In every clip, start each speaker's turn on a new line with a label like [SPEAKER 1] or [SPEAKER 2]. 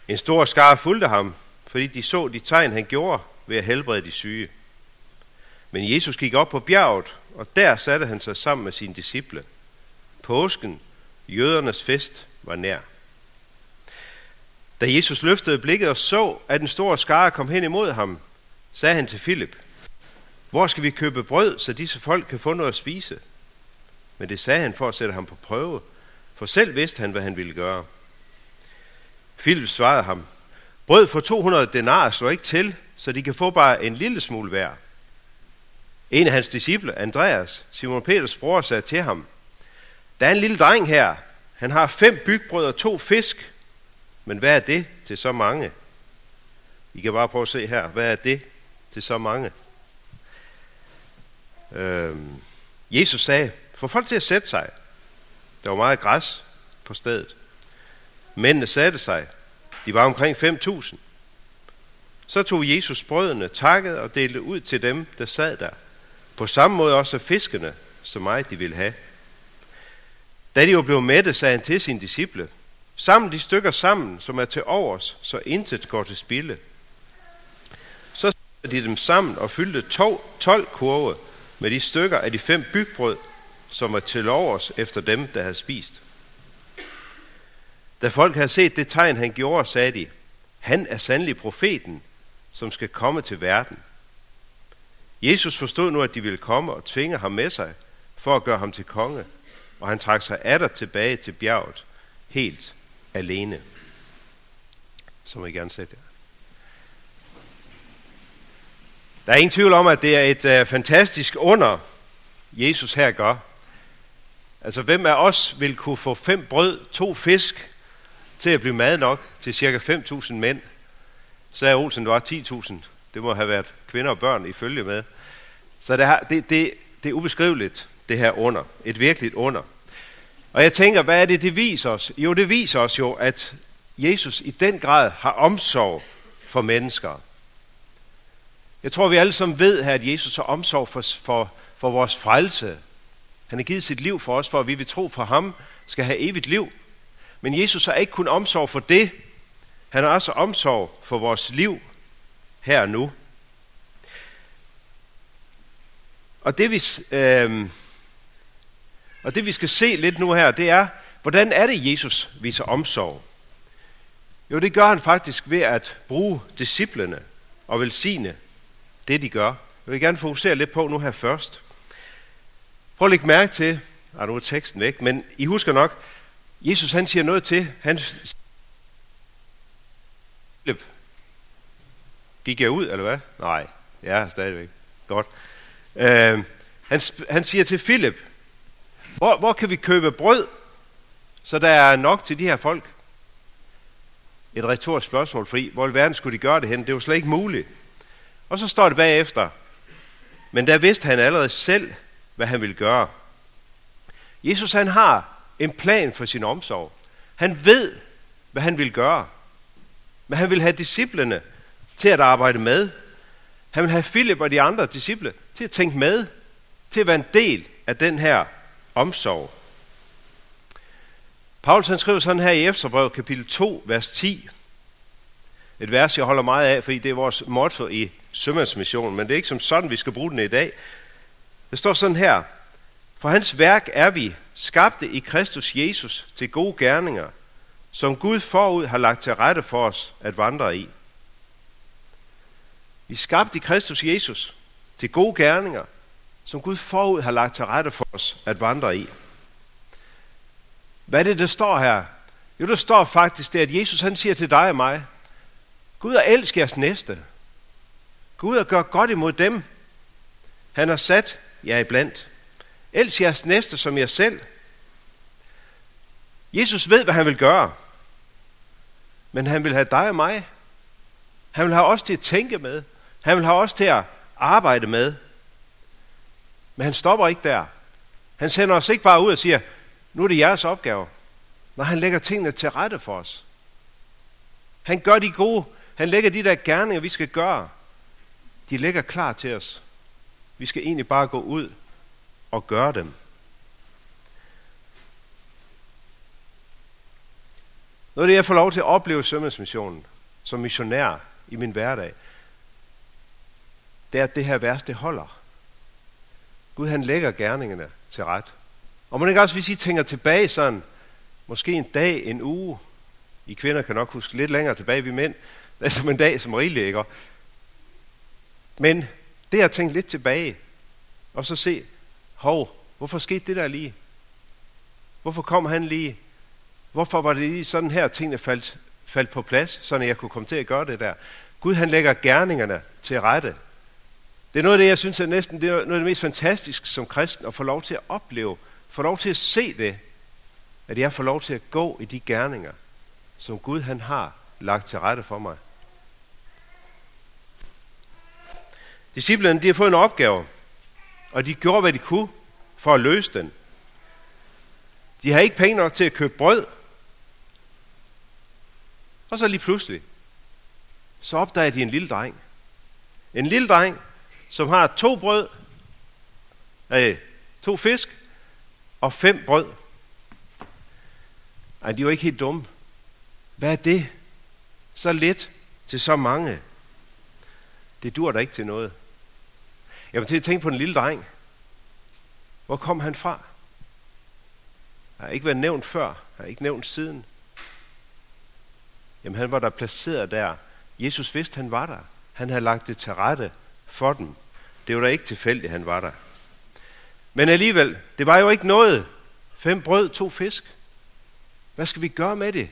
[SPEAKER 1] En stor skare fulgte ham, fordi de så de tegn, han gjorde ved at helbrede de syge. Men Jesus gik op på bjerget, og der satte han sig sammen med sine disciple. Påsken, jødernes fest, var nær. Da Jesus løftede blikket og så, at en stor skare kom hen imod ham, sagde han til Filip: Hvor skal vi købe brød, så disse folk kan få noget at spise? Men det sagde han for at sætte ham på prøve, for selv vidste han, hvad han ville gøre. Filip svarede ham: Brød for 200 denarer slår ikke til, så de kan få bare en lille smule hver. En af hans disciple, Andreas, Simon Peters bror, sagde til ham: Der er en lille dreng her. Han har 5 bygbrød og 2 fisk. Men hvad er det til så mange? I kan bare prøve at se her. Hvad er det til så mange? Jesus sagde: Få folk til at sætte sig. Der var meget græs på stedet. Mændene satte sig. De var omkring 5.000. Så tog Jesus brødene, takkede og delte ud til dem, der sad der. På samme måde også fiskene, så meget de ville have. Da de jo blev mætte, sagde han til sine disciple: Samle de stykker sammen, som er til overs, så intet går til spilde. Så satte de dem sammen og fyldte 12 kurve med de stykker af de 5 bygbrød, som var til overs efter dem, der havde spist. Da folk havde set det tegn, han gjorde, sagde de: Han er sandelig profeten, som skal komme til verden. Jesus forstod nu, at de ville komme og tvinge ham med sig, for at gøre ham til konge, og han trak sig atter tilbage til bjerget, helt alene. Så må I gerne sætte jer. Der er ingen tvivl om, at det er et fantastisk under, Jesus her gør. Altså, hvem af os vil kunne få 5 brød, 2 fisk, til at blive mad nok til cirka 5.000 mænd? Så er Olsen, det var 10.000. Det må have været kvinder og børn i følge med. Så det er ubeskriveligt, det her under. Et virkeligt under. Og jeg tænker, hvad er det viser os? Jo, det viser os jo, at Jesus i den grad har omsorg for mennesker. Jeg tror, vi alle sammen ved her, at Jesus har omsorg for vores frelse. Han har givet sit liv for os, for at vi vil tro for ham, skal have evigt liv. Men Jesus har ikke kun omsorg for det. Han har også omsorg for vores liv her og nu. Og det vi skal se lidt nu her, det er, hvordan er det, Jesus viser omsorg? Jo, det gør han faktisk ved at bruge disciplene og velsigne det, de gør. Jeg vil gerne fokusere lidt på nu her først. Prøv at lægge mærke til, nu er teksten væk, men I husker nok, Jesus han siger noget til, gik jeg ud, eller hvad? Nej, jeg er stadigvæk. Godt. Han siger til Filip: hvor kan vi købe brød, så der er nok til de her folk? Et retorisk spørgsmål, fordi hvor i verden skulle de gøre det hen? Det var slet ikke muligt. Og så står det bagefter: men der vidste han allerede selv, hvad han ville gøre. Jesus han har en plan for sin omsorg. Han ved, hvad han vil gøre. Men han vil have disciplene til at arbejde med. Han vil have Filip og de andre disciple til at tænke med, til at være en del af den her omsorg. Paulus han skriver sådan her i Efeserbrevet kapitel 2, vers 10. Et vers, jeg holder meget af, fordi det er vores motto i sømandsmissionen, men det er ikke som sådan, vi skal bruge den i dag. Det står sådan her: For hans værk er vi, skabte i Kristus Jesus til gode gerninger, som Gud forud har lagt til rette for os at vandre i. Vi er skabt i Kristus Jesus til gode gerninger, som Gud forud har lagt til rette for os at vandre i. Hvad er det, der står her? Jo, der står faktisk det, at Jesus han siger til dig og mig: Gud er elsk jeres næste. Gud er gør godt imod dem. Han har sat jer iblandt. Elsk jeres næste som jer selv. Jesus ved, hvad han vil gøre. Men han vil have dig og mig. Han vil have os til at tænke med. Han vil have os til at arbejde med. Men han stopper ikke der. Han sender os ikke bare ud og siger: nu er det jeres opgave. Når han lægger tingene til rette for os. Han gør de gode. Han lægger de der gerninger, vi skal gøre. De ligger klar til os. Vi skal egentlig bare gå ud og gøre dem. Noget af det, jeg får lov til at opleve i sømandsmissionen, som missionær i min hverdag, det er, at det her vers, det holder. Gud, han lægger gerningerne til ret. Og man ikke også, hvis I tænker tilbage sådan, måske en dag, en uge, I kvinder kan nok huske lidt længere tilbage, vi mænd, det er som en dag som rigeligt, ikke? Men det at tænke lidt tilbage, og så se, hvorfor skete det der lige? Hvorfor kom han lige? Hvorfor var det lige sådan her, tingene faldt på plads, så jeg kunne komme til at gøre det der? Gud, han lægger gerningerne til rette. Det er noget af det, jeg synes er næsten det er noget af det mest fantastiske som kristen, at få lov til at opleve, få lov til at se det, at jeg får lov til at gå i de gerninger, som Gud han har lagt til rette for mig. Disciplene, de har fået en opgave, og de gjorde, hvad de kunne for at løse den. De har ikke penge nok til at købe brød. Og så lige pludselig, så opdager de en lille dreng. En lille dreng, som har 2 brød, 2 fisk og 5 brød. Ej, de er jo ikke helt dumme. Hvad er det? Så lidt til så mange. Det dur da ikke til noget. Jeg var til at tænke på den lille dreng. Hvor kom han fra? Han har ikke været nævnt før. Han har ikke nævnt siden. Jamen han var der placeret der. Jesus vidste, han var der. Han havde lagt det til rette for dem. Det var da ikke tilfældigt, han var der. Men alligevel, det var jo ikke noget. 5 brød, 2 fisk. Hvad skal vi gøre med det?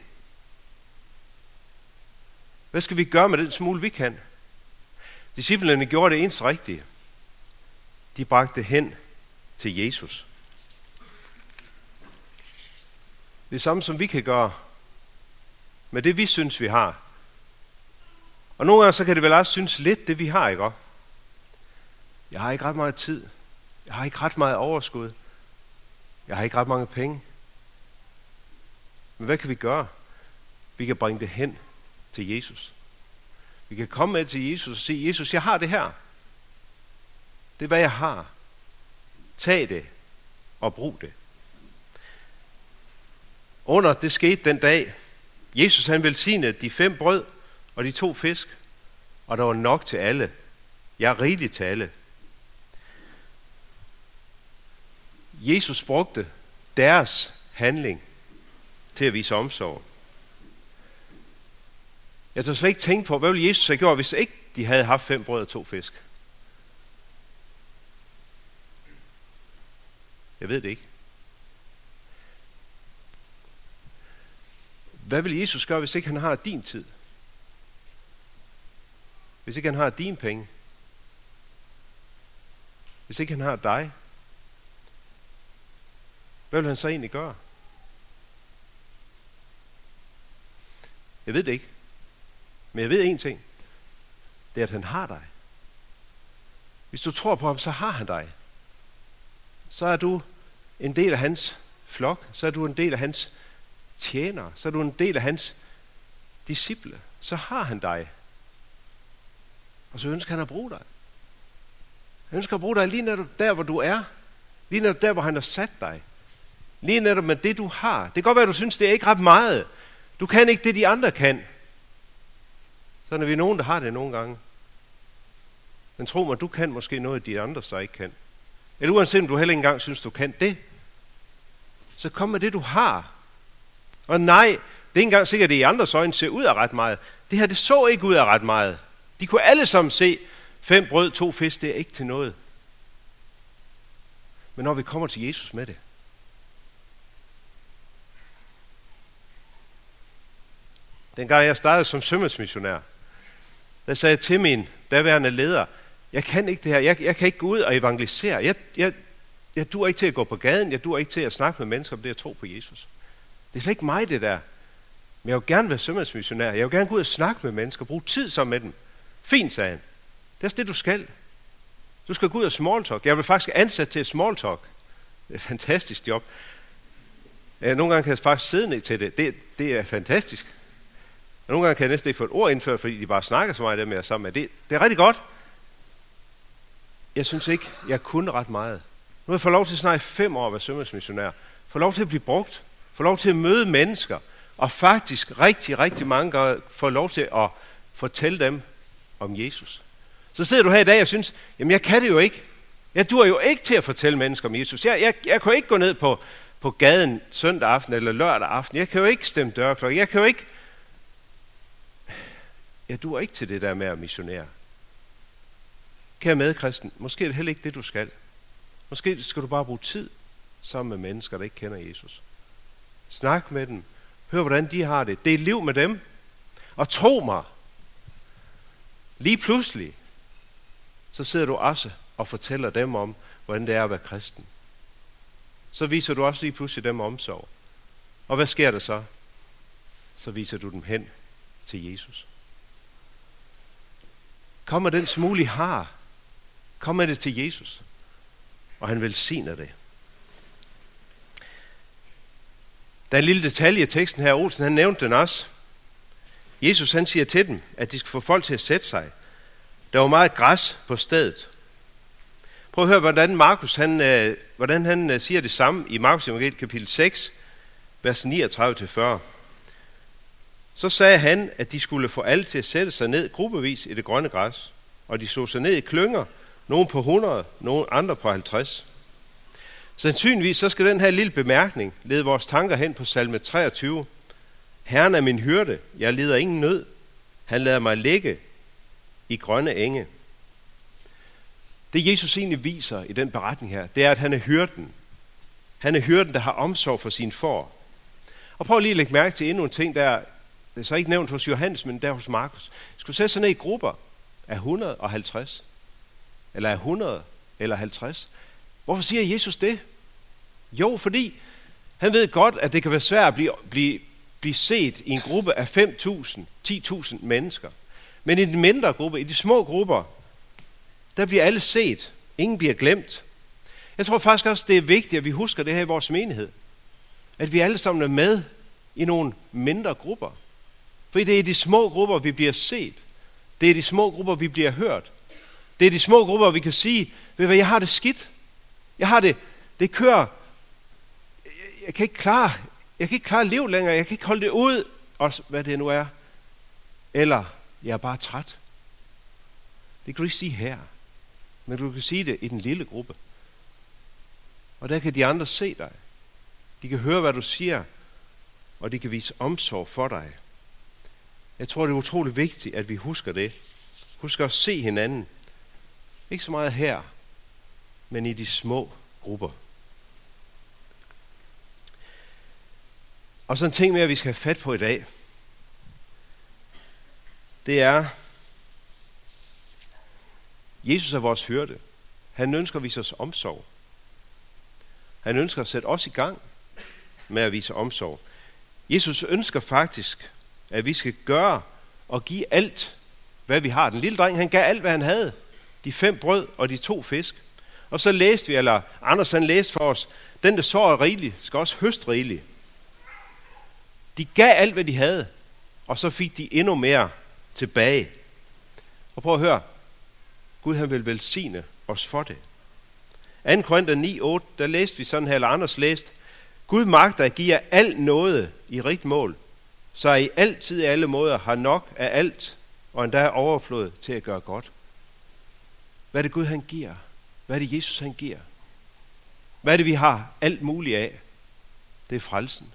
[SPEAKER 1] Hvad skal vi gøre med den smule, vi kan? Disciplene gjorde det eneste rigtige. De bragte hen til Jesus. Det samme, som vi kan gøre med det, vi synes, vi har. Og nogle gange så kan det vel også synes lidt, det vi har, ikke? Jeg har ikke ret meget tid. Jeg har ikke ret meget overskud. Jeg har ikke ret mange penge. Men hvad kan vi gøre? Vi kan bringe det hen til Jesus. Vi kan komme med til Jesus og sige, Jesus, jeg har det her. Det er, hvad jeg har. Tag det og brug det. Under det skete den dag, Jesus han velsignede de 5 brød og de 2 fisk, og der var nok til alle. Jeg er rigeligt til alle. Jesus brugte deres handling til at vise omsorg. Jeg tør slet ikke tænke på, hvad ville Jesus have gjort, hvis ikke de havde haft 5 brød og 2 fisk? Jeg ved det ikke. Hvad vil Jesus gøre, hvis ikke han har din tid? Hvis ikke han har dine penge? Hvis ikke han har dig? Hvad vil han så egentlig gøre? Jeg ved det ikke. Men jeg ved en ting. Det er, at han har dig. Hvis du tror på ham, så har han dig. Så er du en del af hans flok. Så er du en del af hans tjener. Så er du en del af hans disciple. Så har han dig. Og så ønsker han at bruge dig. Han ønsker at bruge dig lige netop der, hvor du er. Lige netop der, hvor han har sat dig. Lige netop med det, du har. Det kan godt være, at du synes, det er ikke ret meget. Du kan ikke det, de andre kan. Sådan er vi nogen, der har det nogle gange. Men tro mig, du kan måske noget, de andre så ikke kan. Eller uanset om du heller ikke engang synes, du kan det, så kom med det, du har. Og nej, det er ikke engang sikkert, at det i andres øjne ser ud af ret meget. Det her, det så ikke ud af ret meget. De kunne alle sammen se, 5 brød, 2 fisk, det er ikke til noget. Men når vi kommer til Jesus med det, dengang jeg startede som sømandsmissionær, der sagde jeg til min daværende leder, jeg kan ikke det her, jeg kan ikke gå ud og evangelisere. Jeg dur ikke til at gå på gaden, jeg dur ikke til at snakke med mennesker om det at tro på Jesus. Det er slet ikke mig det der. Men jeg vil gerne være sømandsmissionær. Jeg vil gerne gå ud og snakke med mennesker, bruge tid sammen med dem. Fint, sagde han. Det er det, du skal. Du skal gå ud og smalltalk. Jeg vil faktisk ansætte til et smalltalk. Det er et fantastisk job. Nogle gange kan jeg faktisk sidde ned til det. Det er fantastisk. Og nogle gange kan jeg næsten ikke få et ord indført, fordi de bare snakker så meget af dem, jeg sammen med. Det er rigtig godt. Jeg synes ikke, jeg kunne ret meget. Nu har jeg fået lov til snart 5 år at være sømandsmissionær. Få lov til at blive brugt. Få lov til at møde mennesker. og faktisk rigtig, rigtig mange gange får lov til at fortælle dem om Jesus. Så sidder du her i dag og synes, jamen jeg kan det jo ikke. Jeg dur jo ikke til at fortælle mennesker om Jesus. Jeg kan jo ikke gå ned på gaden søndag aften eller lørdag aften. Jeg kan jo ikke stemme dørklokke. Jeg kan jo ikke... Jeg dur ikke til det der med at missionere. Kære medkristen, måske er det heller ikke det, du skal. Måske skal du bare bruge tid sammen med mennesker, der ikke kender Jesus. Snak med dem. Hør, hvordan de har det. Del liv med dem. Og tro mig, lige pludselig, så sidder du også og fortæller dem om, hvordan det er at være kristen. Så viser du også lige pludselig dem omsorg. Og hvad sker der så? Så viser du dem hen til Jesus. Kom med den smule I har. Kom med det til Jesus. Og han velsigner det. Der er en lille detalje i teksten her. Olsen, han nævnte den også. Jesus, han siger til dem, at de skal få folk til at sætte sig. Der var meget græs på stedet. Prøv at høre, hvordan Markus han siger det samme i Markus evangeliet kapitel 6, vers 39-40. Så sagde han, at de skulle få alle til at sætte sig ned gruppevis i det grønne græs. Og de slog sig ned i klynger, nogen på 100, nogen andre på 50. Sandsynligvis så skal den her lille bemærkning lede vores tanker hen på salme 23. Herren er min hyrde, jeg lider ingen nød. Han lader mig ligge i grønne enge. Det Jesus egentlig viser i den beretning her, det er, at han er hyrden. Han er hyrden, der har omsorg for sine får. Og prøv lige at lægge mærke til endnu en ting, der det er så ikke nævnt hos Johannes, men der hos Markus. Skulle sætte sig ned i grupper af 150, eller af 100, eller 50. Hvorfor siger Jesus det? Jo, fordi han ved godt, at det kan være svært at blive set i en gruppe af 5.000, 10.000 mennesker. Men i de mindre grupper, i de små grupper, der bliver alle set. Ingen bliver glemt. Jeg tror faktisk også, det er vigtigt, at vi husker det her i vores menighed. At vi alle sammen er med i nogle mindre grupper. For det er i de små grupper, vi bliver set. Det er i de små grupper, vi bliver hørt. Det er i de små grupper, vi kan sige, ved hvad, jeg har det skidt. Jeg har det kører. Jeg kan ikke klare liv længere. Jeg kan ikke holde det ud, også hvad det nu er. Eller, jeg er bare træt. Det kan du ikke sige her. Men du kan sige det i den lille gruppe. Og der kan de andre se dig. De kan høre, hvad du siger. Og de kan vise omsorg for dig. Jeg tror, det er utroligt vigtigt, at vi husker det. Husk at se hinanden. Ikke så meget her, men i de små grupper. Og så en ting mere, vi skal have fat på i dag. Det er, Jesus er vores hyrde. Han ønsker at vise os omsorg. Han ønsker at sætte os i gang med at vise omsorg. Jesus ønsker faktisk, at vi skal gøre og give alt, hvad vi har. Den lille dreng, han gav alt, hvad han havde. De 5 brød og de 2 fisk. Og så læste vi, eller Anders han læste for os, den der sår rigeligt, skal også høste rigeligt. De gav alt, hvad de havde, og så fik de endnu mere tilbage. Og prøv at høre, Gud han vil velsigne os for det. 2. Korinther 9:8, der læste vi sådan her, eller Anders læste, Gud magter at give jer al nåde i rigt mål, så I altid i alle måder har nok af alt, og endda er overflod til at gøre godt. Hvad er det Gud han giver? Hvad er det Jesus han giver? Hvad er det vi har alt muligt af? Det er frelsen.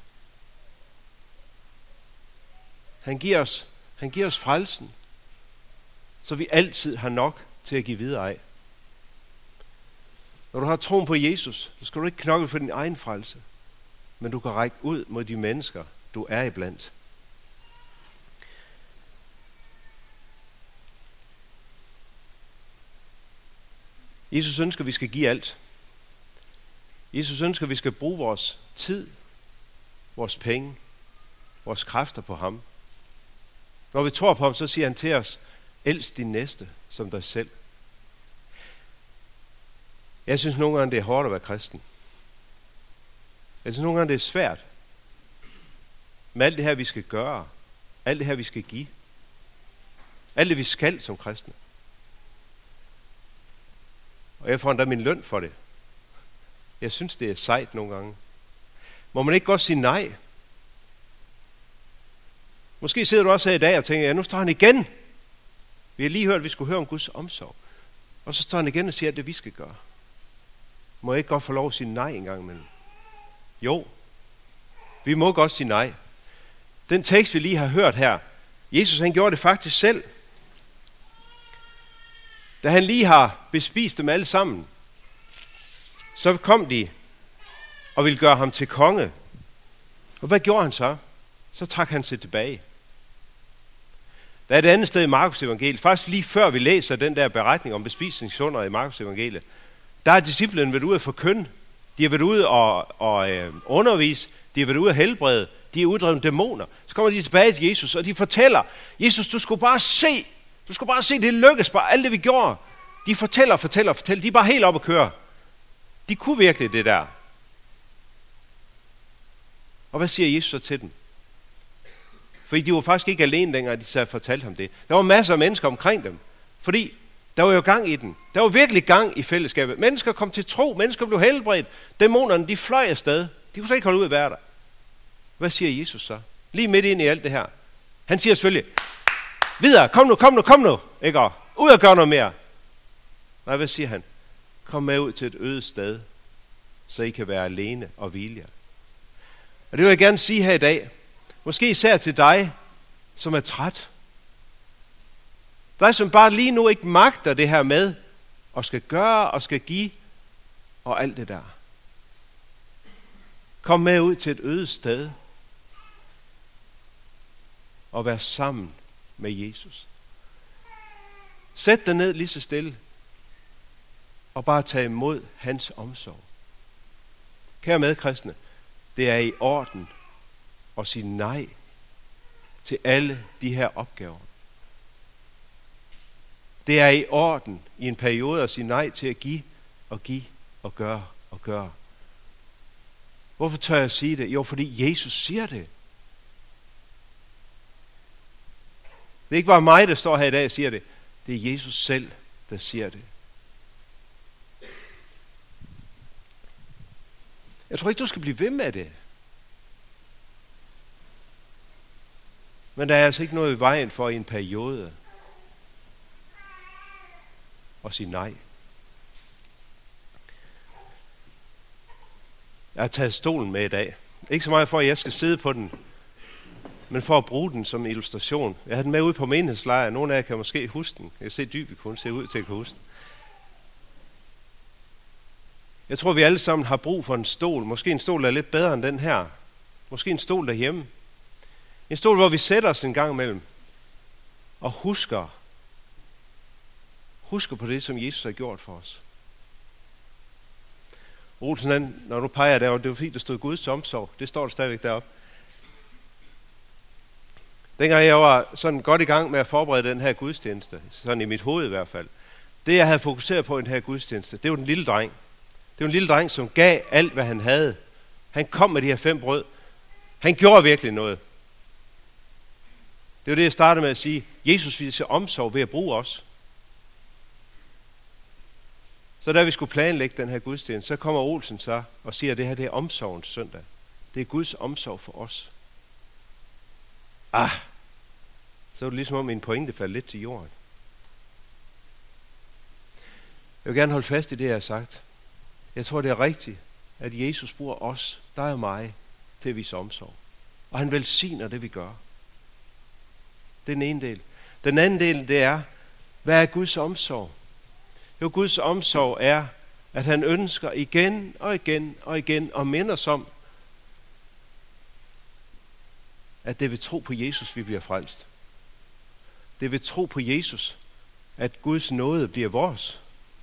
[SPEAKER 1] Han giver os frelsen, så vi altid har nok til at give videre af. Når du har troen på Jesus, så skal du ikke knokle for din egen frelse, men du kan række ud mod de mennesker, du er iblandt. Jesus ønsker, at vi skal give alt. Jesus ønsker, at vi skal bruge vores tid, vores penge, vores kræfter på ham. Når vi tror på ham, så siger han til os, elsk din næste som dig selv. Jeg synes nogle gange, det er hårdt at være kristen. Jeg synes nogle gange, det er svært. Med alt det her, vi skal gøre. Alt det her, vi skal give. Alt det, vi skal som kristne. Og jeg får endda min løn for det. Jeg synes, det er sejt nogle gange. Må man ikke godt sige nej? Måske sidder du også her i dag og tænker, ja, nu står han igen. Vi har lige hørt, at vi skulle høre om Guds omsorg. Og så står han igen og siger, at det vi skal gøre. Må jeg ikke godt få lov at sige nej en gang imellem? Jo, vi må godt sige nej. Den tekst, vi lige har hørt her, Jesus han gjorde det faktisk selv. Da han lige har bespist dem alle sammen, så kom de og ville gøre ham til konge. Og hvad gjorde han så? Så trak han sig tilbage. Der er et andet sted i Markus evangeliet, faktisk lige før vi læser den der beretning om bespisningssunder i Markus evangeliet, der er disciplene været ude at forkynde. De har været ude og undervise. De har været ude at helbrede. De har uddrevet dæmoner. Så kommer de tilbage til Jesus, og de fortæller, Jesus, du skulle bare se, det lykkes bare, alt det vi gjorde. De fortæller. De er bare helt op at køre. De kunne virkelig det der. Og hvad siger Jesus så til dem? Fordi de var faktisk ikke alene dengang, de så fortalte ham det. Der var masser af mennesker omkring dem. Fordi der var jo gang i den. Der var virkelig gang i fællesskabet. Mennesker kom til tro. Mennesker blev helbredt. Dæmonerne, de fløj afsted. De kunne så ikke holde ud at være der. Hvad siger Jesus så? Lige midt ind i alt det her. Han siger selvfølgelig, videre, kom nu. Ikke? Ud og gør noget mere. Nej, hvad siger han? Kom med ud til et øde sted, så I kan være alene og hvile jer. Og det vil jeg gerne sige her i dag. Måske især til dig, som er træt. Dig, som bare lige nu ikke magter det her med, og skal gøre, og skal give, og alt det der. Kom med ud til et øde sted, og vær sammen med Jesus. Sæt dig ned lige så stille, og bare tag imod hans omsorg. Kære medkristne, det er i orden at sige nej til alle de her opgaver. Det er i orden i en periode at sige nej til at give og gøre. Hvorfor tør jeg sige det? Jo, fordi Jesus siger det. Det er ikke bare mig, der står her i dag og siger det. Det er Jesus selv, der siger det. Jeg tror ikke, du skal blive ved med det. Men der er altså ikke noget i vejen for i en periode at sige nej. Jeg har taget stolen med i dag. Ikke så meget for, at jeg skal sidde på den, men for at bruge den som illustration. Jeg havde den med ude på menighedslejr. Nogle af jer kan måske huske den. Jeg kan se Dyby kun se ud til at kunne huske den. Jeg tror, vi alle sammen har brug for en stol. Måske en stol, der er lidt bedre end den her. Måske en stol derhjemme. En stol, hvor vi sætter os en gang imellem og husker på det, som Jesus har gjort for os. Olsen, når du peger derovre, det var fordi, der stod Guds omsorg. Det står der stadigvæk deroppe. Dengang jeg var sådan godt i gang med at forberede den her gudstjeneste, sådan i mit hoved i hvert fald, det jeg havde fokuseret på i den her gudstjeneste, det var den lille dreng. Det var en lille dreng, som gav alt, hvad han havde. Han kom med de her 5 brød. Han gjorde virkelig noget. Det var det, jeg startede med at sige. Jesus viser omsorg ved at bruge os. Så da vi skulle planlægge den her gudstjeneste, så kommer Olsen så og siger, at det her det er omsorgens søndag. Det er Guds omsorg for os. Så var det ligesom om min pointe faldt lidt til jorden. Jeg vil gerne holde fast i det, jeg har sagt. Jeg tror, det er rigtigt, at Jesus bruger os, dig og mig, til at vise omsorg. Og han velsigner det, vi gør. Det er den ene del. Den anden del, det er, hvad er Guds omsorg? Jo, Guds omsorg er, at han ønsker igen og minder os om, at det vil tro på Jesus, vi bliver frelst. Det vil tro på Jesus, at Guds nåde bliver vores.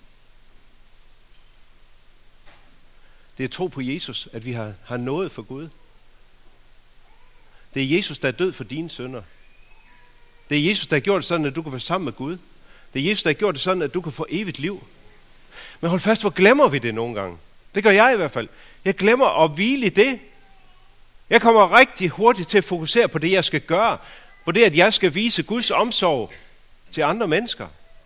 [SPEAKER 1] Det er tro på Jesus, at vi har nåde for Gud. Det er Jesus, der er død for dine synder. Det er Jesus, der har gjort det sådan, at du kan være sammen med Gud. Det er Jesus, der har gjort det sådan, at du kan få evigt liv. Men hold fast, hvor glemmer vi det nogle gange? Det gør jeg i hvert fald. Jeg glemmer at hvile i det. Jeg kommer rigtig hurtigt til at fokusere på det, jeg skal gøre. På det, at jeg skal vise Guds omsorg til andre mennesker.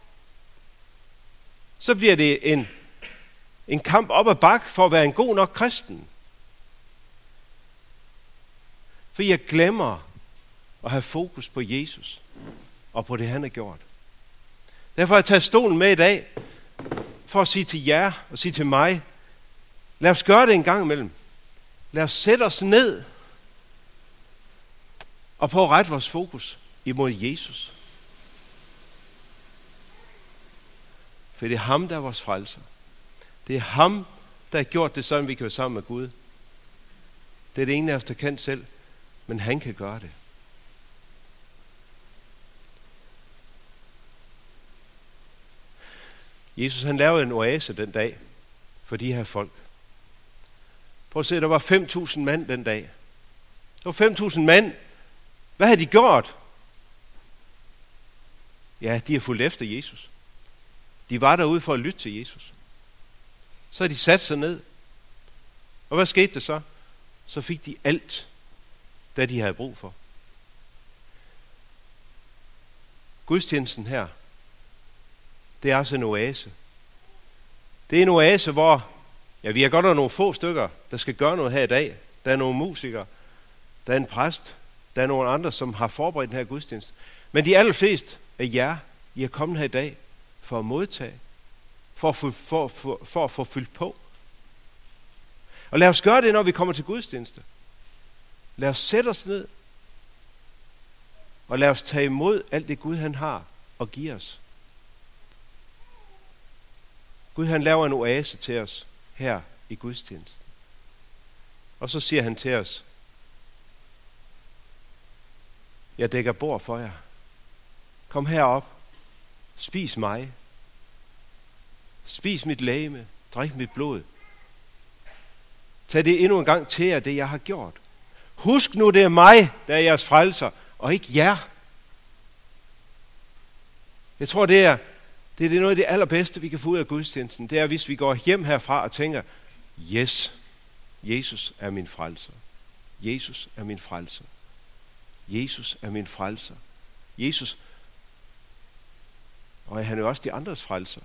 [SPEAKER 1] Så bliver det en kamp op ad bakke for at være en god nok kristen. For jeg glemmer at have fokus på Jesus og på det, han har gjort. Derfor har jeg taget stolen med i dag, for at sige til jer og sige til mig, lad os gøre det en gang imellem. Lad os sætte os ned og prøve at rette vores fokus imod Jesus. For det er ham, der er vores frelser. Det er ham, der har gjort det sådan, vi kan være sammen med Gud. Det er det ingen af os, der kan selv, men han kan gøre det. Jesus han lavede en oase den dag for de her folk. Prøv at se, der var 5.000 mand den dag. Der var 5.000 mand. Hvad havde de gjort? Ja, de har fulgt efter Jesus. De var derude for at lytte til Jesus. Så havde de sat sig ned. Og hvad skete der så? Så fik de alt, hvad de havde brug for. Gudstjenesten her, det er altså en oase. Det er en oase, hvor vi har godt nok nogle få stykker, der skal gøre noget her i dag. Der er nogle musikere, der er en præst, der er nogle andre, som har forberedt den her gudstjeneste. Men de allerfleste af jer, I er kommet her i dag for at modtage, for at få fyldt på. Og lad os gøre det, når vi kommer til gudstjeneste. Lad os sætte os ned, og lad os tage imod alt det Gud han har og give os. Gud han laver en oase til os her i gudstjenesten. Og så siger han til os, jeg dækker bord for jer. Kom herop. Spis mig. Spis mit legeme. Drik mit blod. Tag det endnu en gang til jer, det jeg har gjort. Husk nu, det er mig, der er jeres frelser, og ikke jer. Jeg tror, det er noget af det allerbedste, vi kan få ud af gudstjenesten. Det er, hvis vi går hjem herfra og tænker, yes, Jesus er min frelser. Jesus er min frelser. Jesus er min frelser. Jesus, og han er jo også de andres frelser.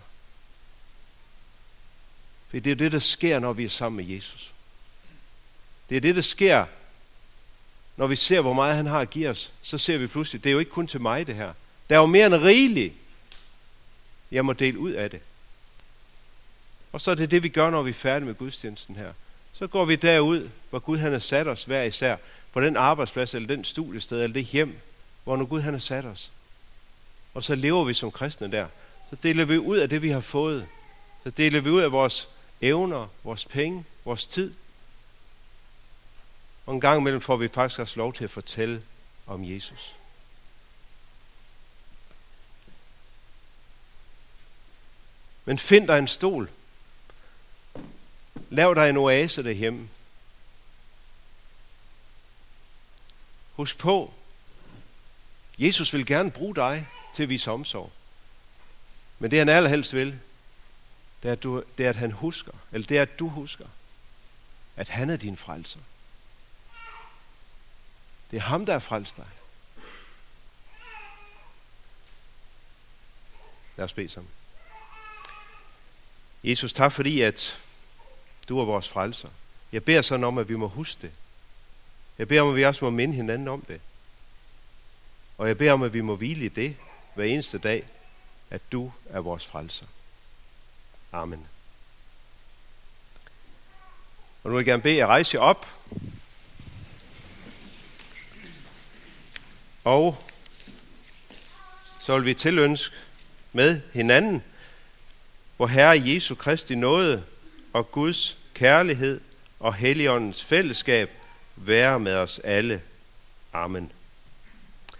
[SPEAKER 1] For det er det, der sker, når vi er sammen med Jesus. Det er det, der sker, når vi ser, hvor meget han har at give os. Så ser vi pludselig, det er jo ikke kun til mig det her. Der er jo mere end rigeligt. Jeg må dele ud af det. Og så er det det, vi gør, når vi er færdige med gudstjenesten her. Så går vi derud, hvor Gud han har sat os hver især. På den arbejdsplads, eller den studiested, eller det hjem, hvor nu Gud han har sat os. Og så lever vi som kristne der. Så deler vi ud af det, vi har fået. Så deler vi ud af vores evner, vores penge, vores tid. Og en gang imellem får vi faktisk også lov til at fortælle om Jesus. Men find dig en stol. Lav dig en oase derhjemme. Husk på, Jesus vil gerne bruge dig til at vise omsorg. Men det han allerhelst vil, det er, at han husker, eller det er, at du husker, at han er din frelser. Det er ham, der har frelst dig. Lad os bede sammen. Jesus, tak fordi, at du er vores frelser. Jeg beder sådan om, at vi må huske det. Jeg beder om, at vi også må minde hinanden om det. Og jeg beder om, at vi må hvile i det hver eneste dag, at du er vores frelser. Amen. Og nu vil jeg gerne bede jer rejse jer op. Og så vil vi tilønske med hinanden, hvor Herre Jesu Kristi nåde og Guds kærlighed og Helligåndens fællesskab være med os alle. Amen.